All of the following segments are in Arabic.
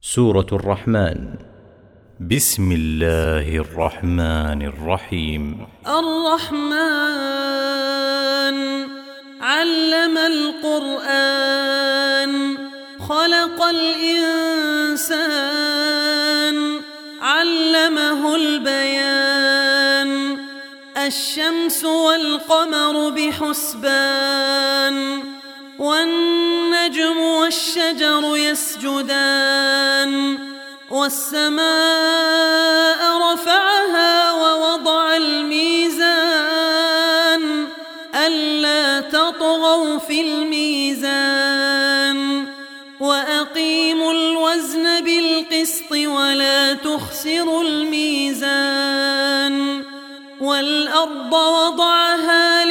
سورة الرحمن. بسم الله الرحمن الرحيم. الرحمن علم القرآن خلق الإنسان علمه البيان الشمس والقمر بحسبان والنجم والشجر يسجدان والسماء رفعها ووضع الميزان ألا تطغوا في الميزان وأقيموا الوزن بالقسط ولا تخسروا الميزان والأرض وضعها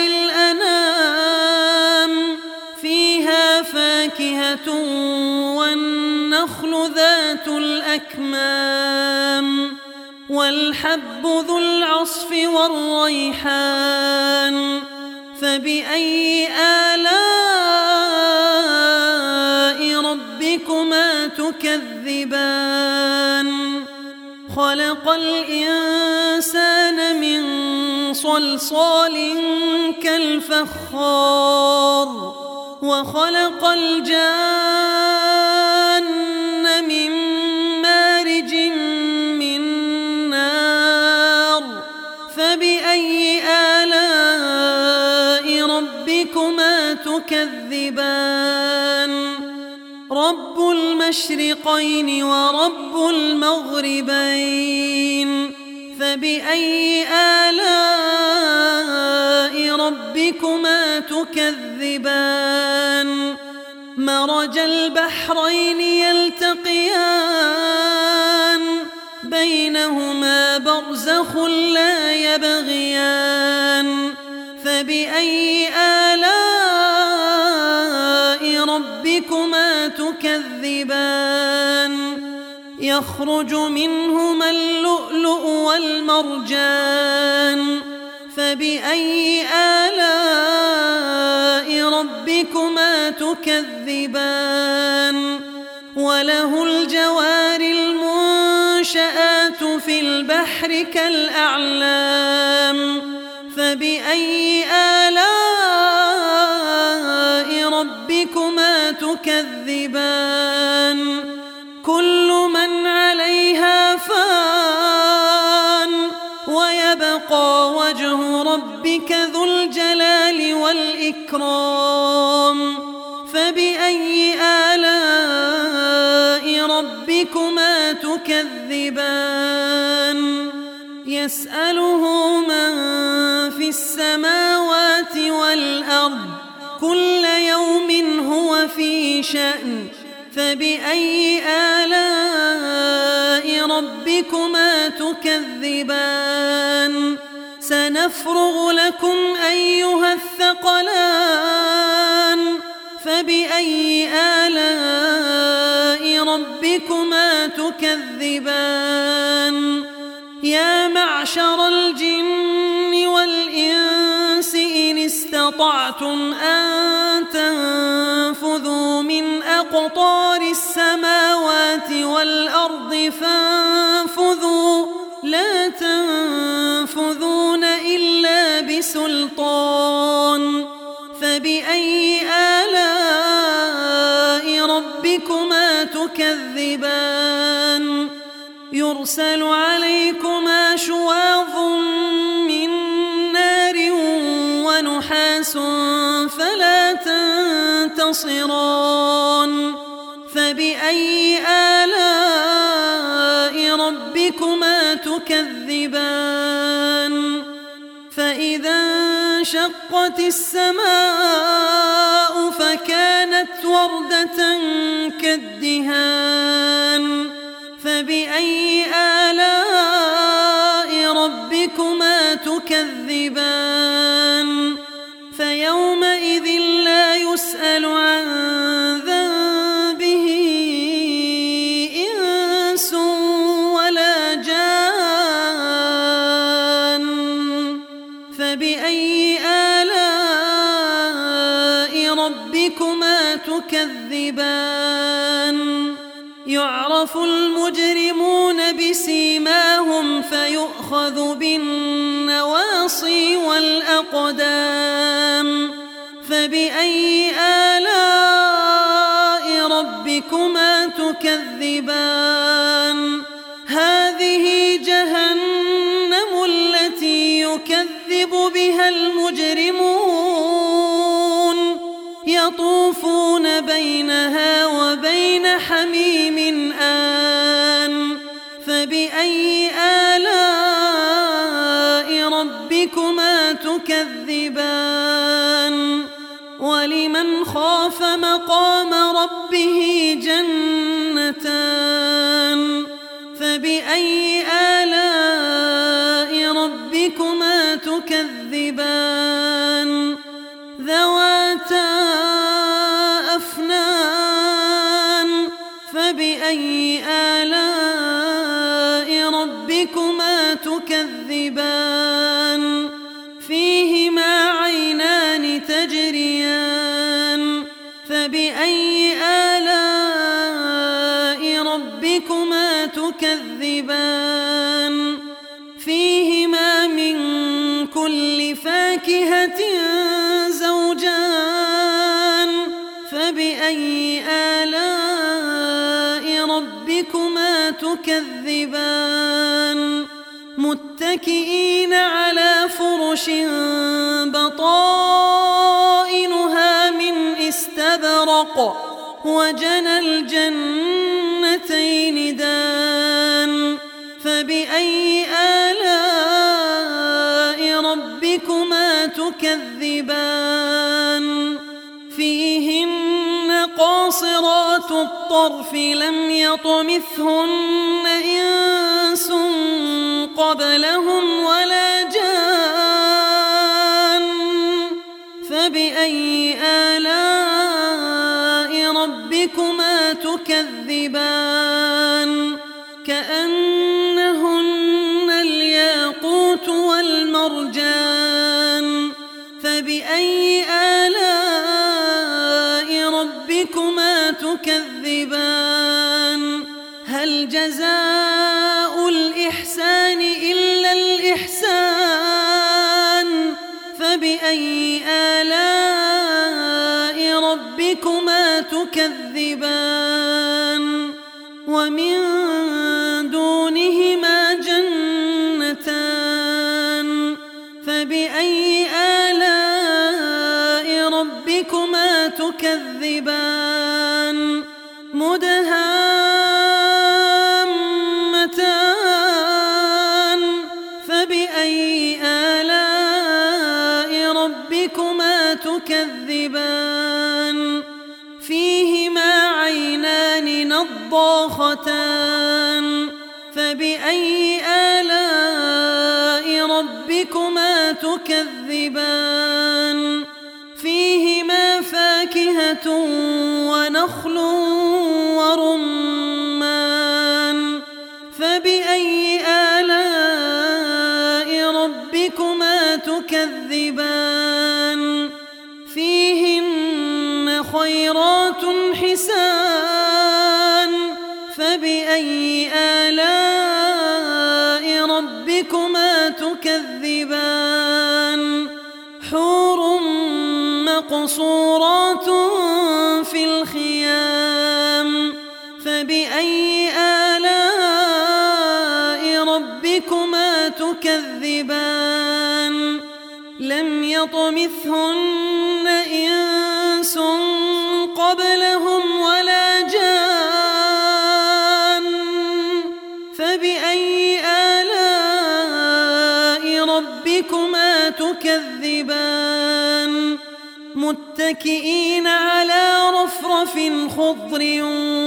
للأنام فيها فاكهة والنخل ذات الأكمام والحب ذو العصف والريحان فبأي آلاء ربكما تكذبان خلق الإنسان من صلصال كالفخار وخلق الجان من مارج من نار فبأي آلاء ربكما تكذبان رب المشرقين ورب المغربين فبأي آلاء ربكما تكذبان مرج البحرين يلتقيان بينهما برزخ لا يبغيان فبأي آلاء ربكما تكذبان يخرج منهما اللؤلؤ والمرجان فبأي آلاء ربكما تكذبان وله الجوار المنشآت في البحر كالأعلام فبأي آلاء ربكما تكذبان كل من عليها فان ويبقى وجه ربك ذو الجلال والإكرام فبأي آلاء ربكما تكذبان يسأله من في السماوات والأرض كل يوم هو في شأن فبأي آلاء ربكما تكذبان سنفرغ لكم أيها الثقلان فبأي آلاء ربكما تكذبان يا معشر الجن والإنس إن استطعتم أن تنفذوا من أقطار السماوات والأرض فانفذوا لا تنفذون إلا بسلطان فبأي آلاء ربكما تكذبان يرسل عليكما شواظ من نار ونحاس فلا تنتصران فبأي آلاء ربكما تكذبان فإذا انشقت السماء فكانت وردة كالدهان فبأي آلاء ربكما تكذبان فيومئذ لا يسأل عن ذنبه إنس ولا جان فبأي آلاء ربكما تكذبان يعرف يعرف المجرمون بسيماهم فيؤخذ بالنواصي والأقدام فبأي آلاء ربكما تكذبان هذه جهنم التي يكذب بها المجرمون يطوفون بينها وبين حميم آن فبأي آلاء ربكما تكذبان ولمن خاف مقام ربه جنتان فبأي آلاء ربكما تكذبان ذواتا أفنان فبأي آلاء ربكما تكذبان فيهما عينان تجريان فبأي آلاء ربكما تكذبان فيهما من كل فاكهة زوجان فبأي آلاء ربكما تكذبان متكئين على فرش بطائنها من استبرق وجنى الجنتين دان فبأي آلاء ربكما تكذبان فيهن قاصرات الطرف لم يطمثهن إنس قبلهم ولا جان فبأي آلاء ربكما تكذبان كأنهن الياقوت والمرجان فبأي آلاء ربكما تكذبان هل جزاء الإحسان إلا الإحسان فبأي آلاء ربكما تكذبان ومن دونهما جنتان فبأي آلاء ربكما تكذبان مدهامتان فبأي آلاء ربكما تكذبان فيهما عينان نضاختان فبأي آلاء ربكما تكذبان فيهما فاكهة ونخل ورمان فبأي آلاء ربكما تكذبان فيهن خيرات حسان فبأي آلاء ربكما تكذبان حور مقصورات في الخيام فبأي آلاء ربكما تكذبان لم يطمثهن إنس قبلهم ولا جان فبأي آلاء ربكما تكذبان متكئين على رفرف خضر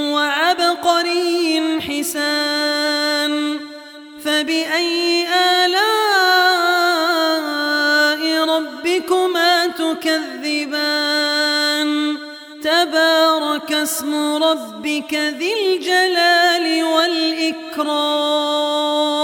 وعبقري حسان فبأي آلاء ربكما تكذبان تبارك اسم ربك ذي الجلال والإكرام